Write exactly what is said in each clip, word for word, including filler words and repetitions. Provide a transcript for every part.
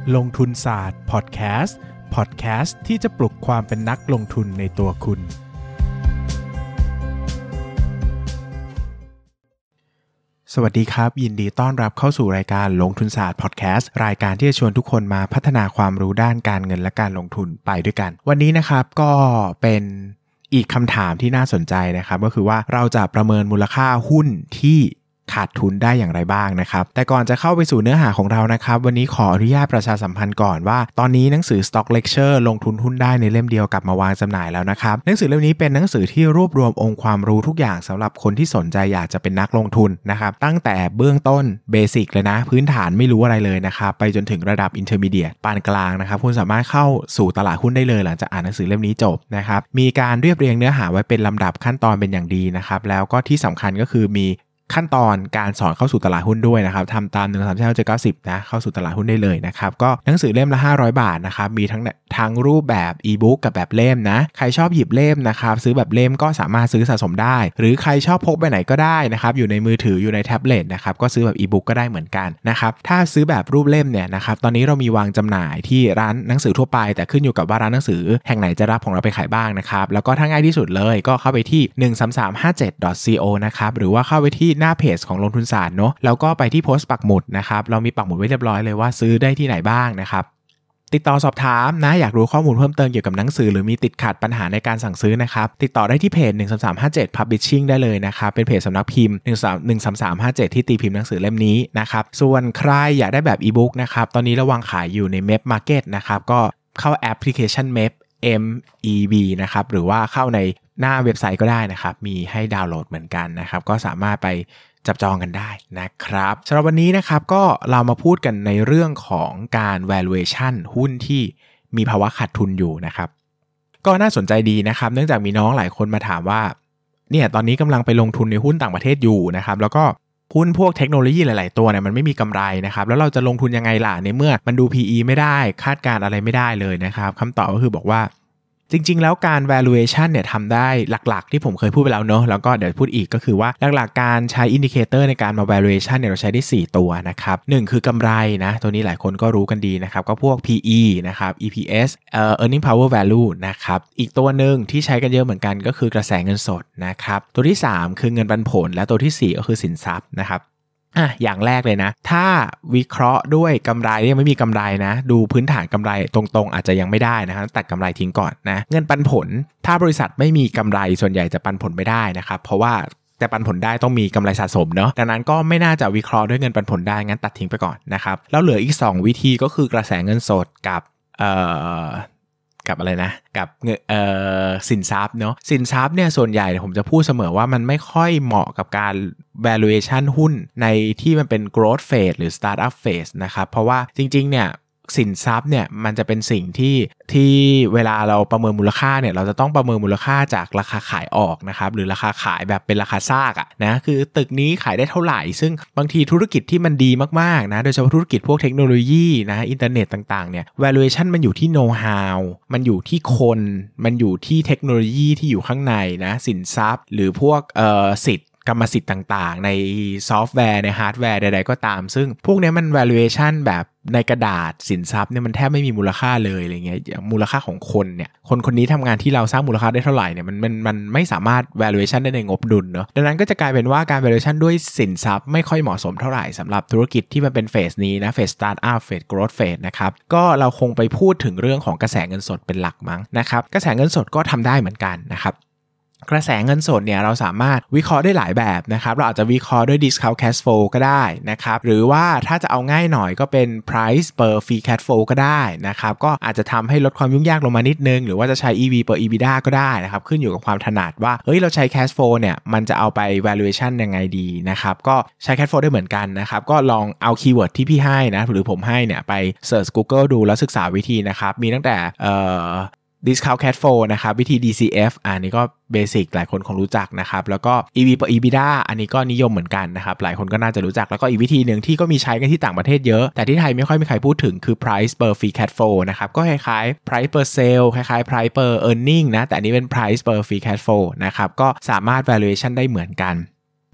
ลงทุนศาสตร์พอดแคสต์พอดแคสต์ที่จะปลุกความเป็นนักลงทุนในตัวคุณสวัสดีครับยินดีต้อนรับเข้าสู่รายการลงทุนศาสตร์พอดแคสต์รายการที่จะชวนทุกคนมาพัฒนาความรู้ด้านการเงินและการลงทุนไปด้วยกันวันนี้นะครับก็เป็นอีกคำถามที่น่าสนใจนะครับก็คือว่าเราจะประเมินมูลค่าหุ้นที่ขาดทุนได้อย่างไรบ้างนะครับแต่ก่อนจะเข้าไปสู่เนื้อหาของเรานะครับวันนี้ขออนุญาตประชาสัมพันธ์ก่อนว่าตอนนี้หนังสือ Stock Lecture ลงทุนหุ้นได้ในเล่มเดียวกลับมาวางจำหน่ายแล้วนะครับหนังสือเล่มนี้เป็นหนังสือที่รวบรวมองค์ความรู้ทุกอย่างสำหรับคนที่สนใจอยากจะเป็นนักลงทุนนะครับตั้งแต่เบื้องต้นเบสิกเลยนะพื้นฐานไม่รู้อะไรเลยนะครับไปจนถึงระดับ Intermediate ปานกลางนะครับคุณสามารถเข้าสู่ตลาดหุ้นได้เลยหลังจากอ่านหนังสือเล่มนี้จบนะครับมีการเรียบเรียงเนื้อหาไว้เป็นลำดับขั้นตอนเป็นอย่างดีนะครับแล้วก็ที่สำคัญก็คือมีขั้นตอนการสอนเข้าสู่ตลาดหุ้นด้วยนะครับทำตามหนึ่ง สอง สาม สี่ ห้า หก เจ็ด แปด เก้า สิบนะเข้าสู่ตลาดหุ้นได้เลยนะครับก็หนังสือเล่มละห้าร้อยบาทนะครับมีทั้งทั้งรูปแบบอีบุ๊กกับแบบเล่มนะใครชอบหยิบเล่มนะครับซื้อแบบเล่มก็สามารถซื้อสะสมได้หรือใครชอบพกไปไหนก็ได้นะครับอยู่ในมือถืออยู่ในแท็บเล็ตนะครับก็ซื้อแบบอีบุ๊กก็ได้เหมือนกันนะครับถ้าซื้อแบบรูปเล่มเนี่ยนะครับตอนนี้เรามีวางจำหน่ายที่ร้านหนังสือทั่วไปแต่ขึ้นอยู่กับว่าร้านหนังสือแห่งไหนจะรับของเราไปขายบ้างนะครับแล้วก็ถ้าง่ายที่สุดเลยก็เข้าไปที่หนึ่ง สาม สาม ห้า เจ็ด ดอท ซี โอ นะครับหรือว่าเข้าไปที่หน้าเพจของลงทุนศาสตร์เนาะแล้วก็ไปที่โพสต์ปักหมุดนะครับเรามีปักหมุดไว้เรียบร้อยเลยว่าซื้อได้ที่ไหนบ้างนะครับติดต่อสอบถามนะอยากรู้ข้อมูลเพิ่มเติมเกี่ยวกับหนังสือหรือมีติดขัดปัญหาในการสั่งซื้อนะครับติดต่อได้ที่เพจหนึ่ง สาม สาม ห้า เจ็ด Publishing ได้เลยนะครับเป็นเพจสำนักพิมพ์หนึ่ง สาม สาม ห้า เจ็ดที่ตีพิมพ์หนังสือเล่มนี้นะครับส่วนใครอยากได้แบบอีบุ๊กนะครับตอนนี้เราวางขายอยู่ใน เมพ Market นะครับก็เข้าแอปพลิเคชัน เมพ เอ็ม อี บี นะครับหรือว่าเข้าในหน้าเว็บไซต์ก็ได้นะครับมีให้ดาวน์โหลดเหมือนกันนะครับก็สามารถไปจับจองกันได้นะครับสำหรับวันนี้นะครับก็เรามาพูดกันในเรื่องของการ valuation หุ้นที่มีภาวะขาดทุนอยู่นะครับก็น่าสนใจดีนะครับเนื่องจากมีน้องหลายคนมาถามว่าเนี่ยตอนนี้กำลังไปลงทุนในหุ้นต่างประเทศอยู่นะครับแล้วก็หุ้นพวกเทคโนโลยีหลายๆตัวเนี่ยมันไม่มีกำไรนะครับแล้วเราจะลงทุนยังไงล่ะในเมื่อมันดู พี อี ไม่ได้คาดการณ์อะไรไม่ได้เลยนะครับคำตอบก็คือบอกว่าจริงๆแล้วการ valuation เนี่ยทำได้หลักๆที่ผมเคยพูดไปแล้วเนอะแล้วก็เดี๋ยวพูดอีกก็คือว่าหลักๆการใช้ indicator ในการมา valuation เนี่ยเราใช้ได้สี่ตัวนะครับหนึ่งคือกำไรนะตัวนี้หลายคนก็รู้กันดีนะครับก็พวก พี อี นะครับ อี พี เอส เอ่อ earning power value นะครับอีกตัวหนึ่งที่ใช้กันเยอะเหมือนกันก็คือกระแสเงินสดนะครับตัวที่สามคือเงินปันผลและตัวที่สี่ก็คือสินทรัพย์นะครับอ่ะอย่างแรกเลยนะถ้าวิเคราะห์ด้วยกำไรยังไม่มีกำไรนะดูพื้นฐานกำไรตรงๆอาจจะยังไม่ได้นะครับตัดกำไรทิ้งก่อนนะเงินปันผลถ้าบริษัทไม่มีกำไรส่วนใหญ่จะปันผลไม่ได้นะครับเพราะว่าแต่ปันผลได้ต้องมีกำไรสะสมเนาะดังนั้นก็ไม่น่าจะวิเคราะห์ด้วยเงินปันผลได้งั้นตัดทิ้งไปก่อนนะครับแล้วเหลืออีกสองวิธีก็คือกระแสเงินสดกับเอ่อกับอะไรนะกับเอ่อสินทรัพย์เนาะสินทรัพย์เนี่ยส่วนใหญ่ผมจะพูดเสมอว่ามันไม่ค่อยเหมาะกับการ valuation หุ้นในที่มันเป็น growth phase หรือ startup phase นะครับเพราะว่าจริงๆเนี่ยสินทรัพย์เนี่ยมันจะเป็นสิ่งที่ที่เวลาเราประเมินมูลค่าเนี่ยเราจะต้องประเมินมูลค่าจากราคาขายออกนะครับหรือราคาขายแบบเป็นราคาซากอะนะคือตึกนี้ขายได้เท่าไหร่ซึ่งบางทีธุรกิจที่มันดีมากๆนะโดยเฉพาะธุรกิจพวกเทคโนโลยีนะอินเทอร์เน็ตต่างๆเนี่ย valuation มันอยู่ที่ know how มันอยู่ที่คนมันอยู่ที่เทคโนโลยีที่อยู่ข้างในนะสินทรัพย์หรือพวกเอ่อสิทธิ์กรรมสิทธิ์ต่างๆในซอฟต์แวร์ในฮาร์ดแวร์ใดๆก็ตามซึ่งพวกนี้มัน valuation แบบในกระดาษสินทรัพย์เนี่ยมันแทบไม่มีมูลค่าเลยอะไรเงี้ยมูลค่าของคนเนี่ยคนคนนี้ทำงานที่เราสร้างมูลค่าได้เท่าไหร่เนี่ยมันมันมันไม่สามารถ valuation ได้ในงบดุลเนาะดังนั้นก็จะกลายเป็นว่าการ valuation ด้วยสินทรัพย์ไม่ค่อยเหมาะสมเท่าไหร่สำหรับธุรกิจที่มันเป็นเฟสนี้นะเฟส startup เฟส growth phase นะครับก็เราคงไปพูดถึงเรื่องของกระแสเงินสดเป็นหลักมั้งนะครับกระแสเงินสดก็ทำได้เหมือนกันนะครับกระแสเงินสดเนี่ยเราสามารถวิเคราะห์ได้หลายแบบนะครับเราอาจจะวิเคราะห์ด้วย discount cash flow ก็ได้นะครับหรือว่าถ้าจะเอาง่ายหน่อยก็เป็น price per free cash flow ก็ได้นะครับก็อาจจะทำให้ลดความยุ่งยากลงมานิดนึงหรือว่าจะใช้ อี วี per อี บี ดี เอ ก็ได้นะครับขึ้นอยู่กับความถนัดว่าเฮ้ยเราใช้ cash flow เนี่ยมันจะเอาไป valuation ยังไงดีนะครับก็ใช้ cash flow ได้เหมือนกันนะครับก็ลองเอาคีย์เวิร์ดที่พี่ให้นะหรือผมให้เนี่ยไป search Google ดูแล้วศึกษาวิธีนะครับมีตั้งแต่เอ่อdiscount cash flow นะครับวิธี ดี ซี เอฟ อันนี้ก็เบสิกหลายคนคงรู้จักนะครับแล้วก็ อี วี per อี บี ดี เอ อันนี้ก็นิยมเหมือนกันนะครับหลายคนก็น่าจะรู้จักแล้วก็อีกวิธีหนึ่งที่ก็มีใช้กันที่ต่างประเทศเยอะแต่ที่ไทยไม่ค่อยมีใครพูดถึงคือ price per free cash flow นะครับก็คล้ายๆ price per sale คล้ายๆ price per earning นะแต่อันนี้เป็น price per free cash flow นะครับก็สามารถ valuation ได้เหมือนกัน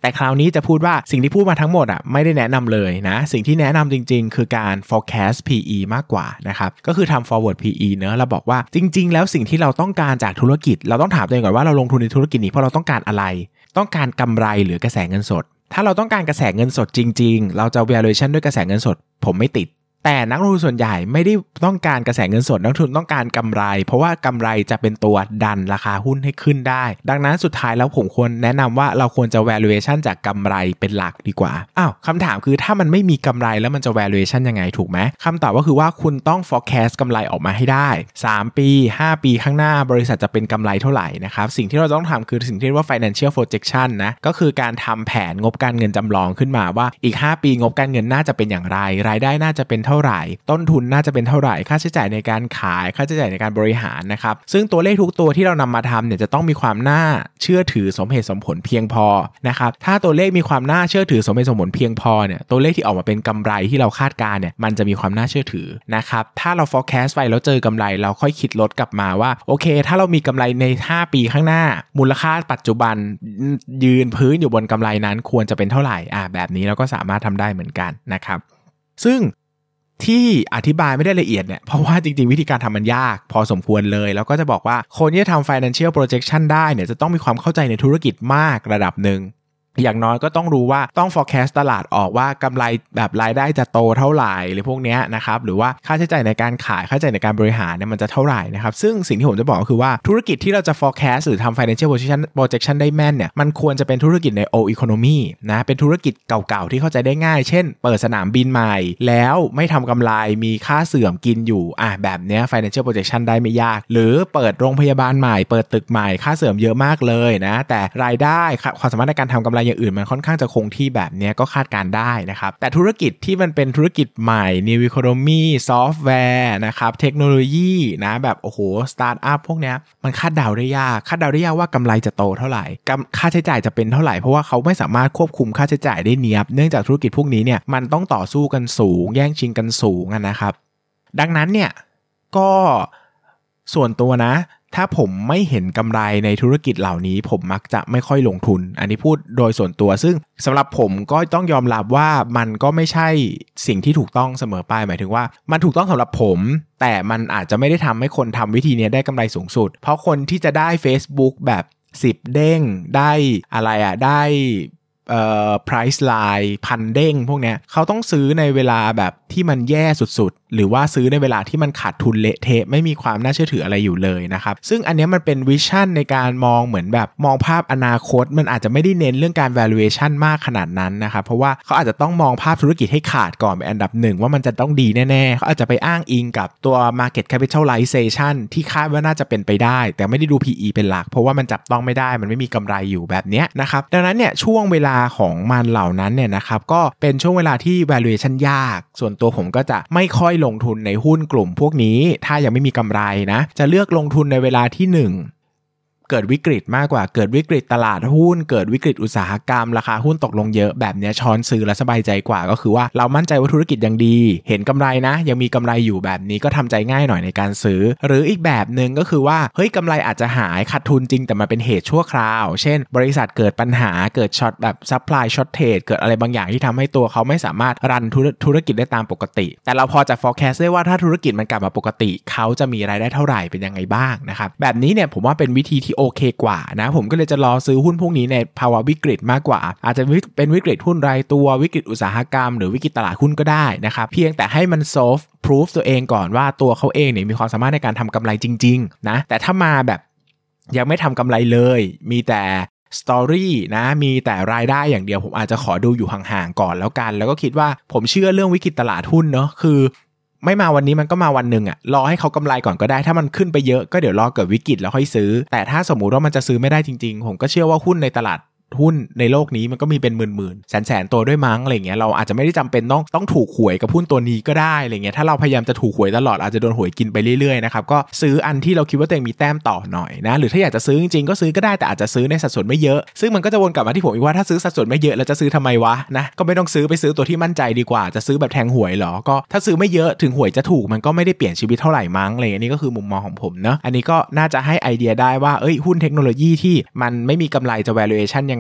แต่คราวนี้จะพูดว่าสิ่งที่พูดมาทั้งหมดอ่ะไม่ได้แนะนำเลยนะสิ่งที่แนะนำจริงๆคือการ forecast พี อี มากกว่านะครับก็คือทำ forward พี อี เนอะเราบอกว่าจริงๆแล้วสิ่งที่เราต้องการจากธุรกิจเราต้องถามตัวเองก่อนว่าเราลงทุนในธุรกิจนี้เพราะเราต้องการอะไรต้องการกำไรหรือกระแสเงินสดถ้าเราต้องการกระแสเงินสดจริงๆเราจะ valuation ด้วยกระแสเงินสดผมไม่ติดแต่นักลงทุนส่วนใหญ่ไม่ได้ต้องการกระแสเงินสดนักลงทุนต้องการกำไรเพราะว่ากำไรจะเป็นตัวดันราคาหุ้นให้ขึ้นได้ดังนั้นสุดท้ายแล้วผมควรแนะนำว่าเราควรจะ valuation จากกำไรเป็นหลักดีกว่าอ้าวคำถามคือถ้ามันไม่มีกำไรแล้วมันจะ valuation ยังไงถูกไหมคำตอบก็คือว่าคุณต้อง forecast กำไรออกมาให้ได้สามปีห้าปีข้างหน้าบริษัทจะเป็นกำไรเท่าไหร่นะครับสิ่งที่เราต้องทำคือสิ่งที่เรียกว่า financial projection นะก็คือการทำแผนงบการเงินจำลองขึ้นมาว่าอีกห้าปีงบการเงินน่าจะเป็นอย่างไรรายได้น่าจะเป็นเท่าไหร่ต้นทุนน่าจะเป็นเท่าไหร่ค่าใช้จ่ายในการขายค่าใช้จ่ายในการบริหารนะครับซึ่งตัวเลขทุกตัวที่เรานำมาทำเนี่ยจะต้องมีความน่าเชื่อถือสมเหตุสมผลเพียงพอนะครับถ้าตัวเลขมีความน่าเชื่อถือสมเหตุสมผลเพียงพอเนี่ยตัวเลขที่ออกมาเป็นกำไรที่เราคาดการณ์เนี่ยมันจะมีความน่าเชื่อถือนะครับถ้าเรา forecast ไปแล้วเจอกำไรเราค่อยคิดลดกลับมาว่าโอเคถ้าเรามีกำไรในห้าปีข้างหน้ามูลค่าปัจจุบันยืนพื้นอยู่บนกำไรนั้นควรจะเป็นเท่าไหร่อ่าแบบนี้เราก็สามารถทำได้เหมือนกันนะครับซึ่งที่อธิบายไม่ได้ละเอียดเนี่ยเพราะว่าจริงๆวิธีการทำมันยากพอสมควรเลยแล้วก็จะบอกว่าคนที่จะทำ financial projection ได้เนี่ยจะต้องมีความเข้าใจในธุรกิจมากระดับหนึ่งอย่างน้อยก็ต้องรู้ว่าต้อง forecast ตลาดออกว่ากำไรแบบรายได้จะโตเท่าไหร่หรือพวกนี้นะครับหรือว่าค่าใช้จ่ายในการขายค่าใช้จ่ายในการบริหารเนี่ยมันจะเท่าไหร่นะครับซึ่งสิ่งที่ผมจะบอกก็คือว่าธุรกิจที่เราจะ forecast หรือทำ financial projection projection ได้แม่นเนี่ยมันควรจะเป็นธุรกิจใน old economy นะเป็นธุรกิจเก่าๆที่เข้าใจได้ง่ายเช่นเปิดสนามบินใหม่แล้วไม่ทำกำไรมีค่าเสื่อมกินอยู่อ่ะแบบเนี้ย financial projection ได้ไม่ยากหรือเปิดโรงพยาบาลใหม่เปิดตึกใหม่ค่าเสื่อมเยอะมากเลยนะแต่รายได้ความสามารถในการทำกำไรอย่างอื่นมันค่อนข้างจะคงที่แบบนี้ก็คาดการได้นะครับแต่ธุรกิจที่มันเป็นธุรกิจใหม่ New Economy ซอฟต์แวร์นะครับเทคโนโลยีนะแบบโอ้โหสตาร์ทอัพพวกเนี้ยมันคาดเดาได้ยากคาดเดาได้ยากว่ากำไรจะโตเท่าไหร่ค่าใช้จ่ายจะเป็นเท่าไหร่เพราะว่าเขาไม่สามารถควบคุมค่าใช้จ่ายได้เนียบเนื่องจากธุรกิจพวกนี้เนี่ยมันต้องต่อสู้กันสูงแย่งชิงกันสูงนะครับดังนั้นเนี่ยก็ส่วนตัวนะถ้าผมไม่เห็นกำไรในธุรกิจเหล่านี้ผมมักจะไม่ค่อยลงทุนอันนี้พูดโดยส่วนตัวซึ่งสำหรับผมก็ต้องยอมรับว่ามันก็ไม่ใช่สิ่งที่ถูกต้องเสมอไปหมายถึงว่ามันถูกต้องสำหรับผมแต่มันอาจจะไม่ได้ทำให้คนทำวิธีนี้ได้กำไรสูงสุดเพราะคนที่จะได้ Facebook แบบสิบเด้งได้อะไรอ่ะได้เอ่อ price line พันเด้งพวกเนี้ยเขาต้องซื้อในเวลาแบบที่มันแย่สุดๆหรือว่าซื้อในเวลาที่มันขาดทุนเละเทะไม่มีความน่าเชื่อถืออะไรอยู่เลยนะครับซึ่งอันนี้มันเป็นวิชั่นในการมองเหมือนแบบมองภาพอนาคตมันอาจจะไม่ได้เน้นเรื่องการ valuation มากขนาดนั้นนะครับเพราะว่าเขาอาจจะต้องมองภาพธุรกิจให้ขาดก่อนเป็นอันดับหนึ่งว่ามันจะต้องดีแน่ๆเขาอาจจะไปอ้างอิงกับตัว market capitalization ที่คาดว่าน่าจะเป็นไปได้แต่ไม่ได้ดู พี อี เป็นหลักเพราะว่ามันจับต้องไม่ได้มันไม่มีกำไรอยู่แบบนี้นะครับดังนั้นเนี่ยช่วงเวลาของมันเหล่านั้นเนี่ยนะครับก็เป็นช่วงเวลาที่ valuation ยากส่วนตัวผมก็จะไม่ค่อยลงทุนในหุ้นกลุ่มพวกนี้ถ้ายังไม่มีกำไรนะจะเลือกลงทุนในเวลาที่หนึ่งเกิดวิกฤตมากกว่าเกิดวิกฤตตลาดหุ้นเกิดวิกฤตอุตสาหกรรมราคาหุ้นตกลงเยอะแบบนี้ช้อนซื้อและสบายใจกว่าก็คือว่าเรามั่นใจว่าธุรกิจยังดีเห็นกำไรนะยังมีกำไรอยู่แบบนี้ก็ทำใจง่ายหน่อยในการซื้อหรืออีกแบบนึงก็คือว่าเฮ้ยกำไรอาจจะหายขาดทุนจริงแต่มันเป็นเหตุชั่วคราวเช่นบริษัทเกิดปัญหาเกิดช็อตแบบซัพพลายช็อตเทรดเกิดอะไรบางอย่างที่ทำให้ตัวเขาไม่สามารถรันธุรกิจได้ตามปกติแต่เราพอจะ forecast ได้ว่าถ้าธุรกิจมันกลับมาปกติเขาจะมีรายได้เท่าไหร่เป็นยังไงบ้างนะครับแบบนี้เนี่ยผมว่าเป็นวิธีที่โอเคกว่านะผมก็เลยจะรอซื้อหุ้นพวกนี้ในภาวะวิกฤตมากกว่าอาจจะเป็นวิกฤตหุ้นรายตัววิกฤตอุตสาหกรรมหรือวิกฤตตลาดหุ้นก็ได้นะครับเพียงแต่ให้มัน soft proof ตัวเองก่อนว่าตัวเขาเองเนี่ยมีความสามารถในการทำกำไรจริงๆนะแต่ถ้ามาแบบยังไม่ทำกำไรเลยมีแต่สตอรี่นะมีแต่รายได้อย่างเดียวผมอาจจะขอดูอยู่ห่างๆก่อนแล้วกันแล้วก็คิดว่าผมเชื่อเรื่องวิกฤตตลาดหุ้นเนาะคือไม่มาวันนี้มันก็มาวันหนึ่งอะรอให้เขากำไรก่อนก็ได้ถ้ามันขึ้นไปเยอะก็เดี๋ยวรอเกิดวิกฤตแล้วค่อยซื้อแต่ถ้าสมมุติว่ามันจะซื้อไม่ได้จริงๆผมก็เชื่อว่าหุ้นในตลาดหุ้นในโลกนี้มันก็มีเป็นหมื่นๆแสนๆตัวด้วยมั้งอะไรเงี้ยเราอาจจะไม่ได้จำเป็นต้องต้องถูกหวยกับหุ้นตัวนี้ก็ได้อะไรเงี้ยถ้าเราพยายามจะถูกหวยตลอดอาจจะโดนหวยกินไปเรื่อยๆนะครับก็ซื้ออันที่เราคิดว่าตัวเองมีแต้มต่อหน่อยนะหรือถ้าอยากจะซื้อจริงๆก็ซื้อก็ได้แต่อาจจะซื้อในสัดส่วนไม่เยอะซึ่งมันก็จะวนกลับมาที่ผมอีกว่าถ้าซื้อสัดส่วนไม่เยอะแล้วจะซื้อทำไมวะนะก็ไม่ต้องซื้อไปซื้อตัวที่มั่นใจดีกว่าจะซื้อแบบแทงหวยหรอก็ถ้าซื้อไม่เยอะถึงหวยจะถูกมันก็ไม่ได้เปลี่ยนชีวิตเท่าไหร่มั้งอะไรอันนี้ก็คือมุมมองของผมเนาะอันนี้ก็น่าจะให้ไอเดียได้ว่าเอ้ยหุ้นเทคโนโลยีที่มันไม่มีกำไรจะ valuation ยังไง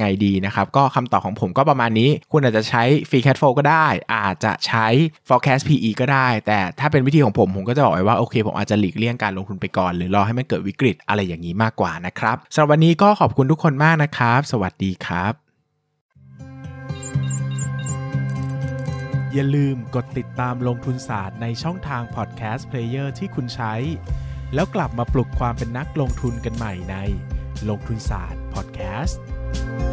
ไงดีนะครับก็คำตอบของผมก็ประมาณนี้คุณอาจจะใช้ Free Cash Flow ก็ได้อาจจะใช้ Forecast พี อี ก็ได้แต่ถ้าเป็นวิธีของผมผมก็จะบอกไว้ว่าโอเคผมอาจจะหลีกเลี่ยงการลงทุนไปก่อนหรือรอให้มันเกิดวิกฤตอะไรอย่างนี้มากกว่านะครับสำหรับวันนี้ก็ขอบคุณทุกคนมากนะครับสวัสดีครับอย่าลืมกดติดตามลงทุนศาสตร์ในช่องทาง Podcast Player ที่คุณใช้แล้วกลับมาปลุกความเป็นนักลงทุนกันใหม่ในลงทุนศาสตร์ Podcast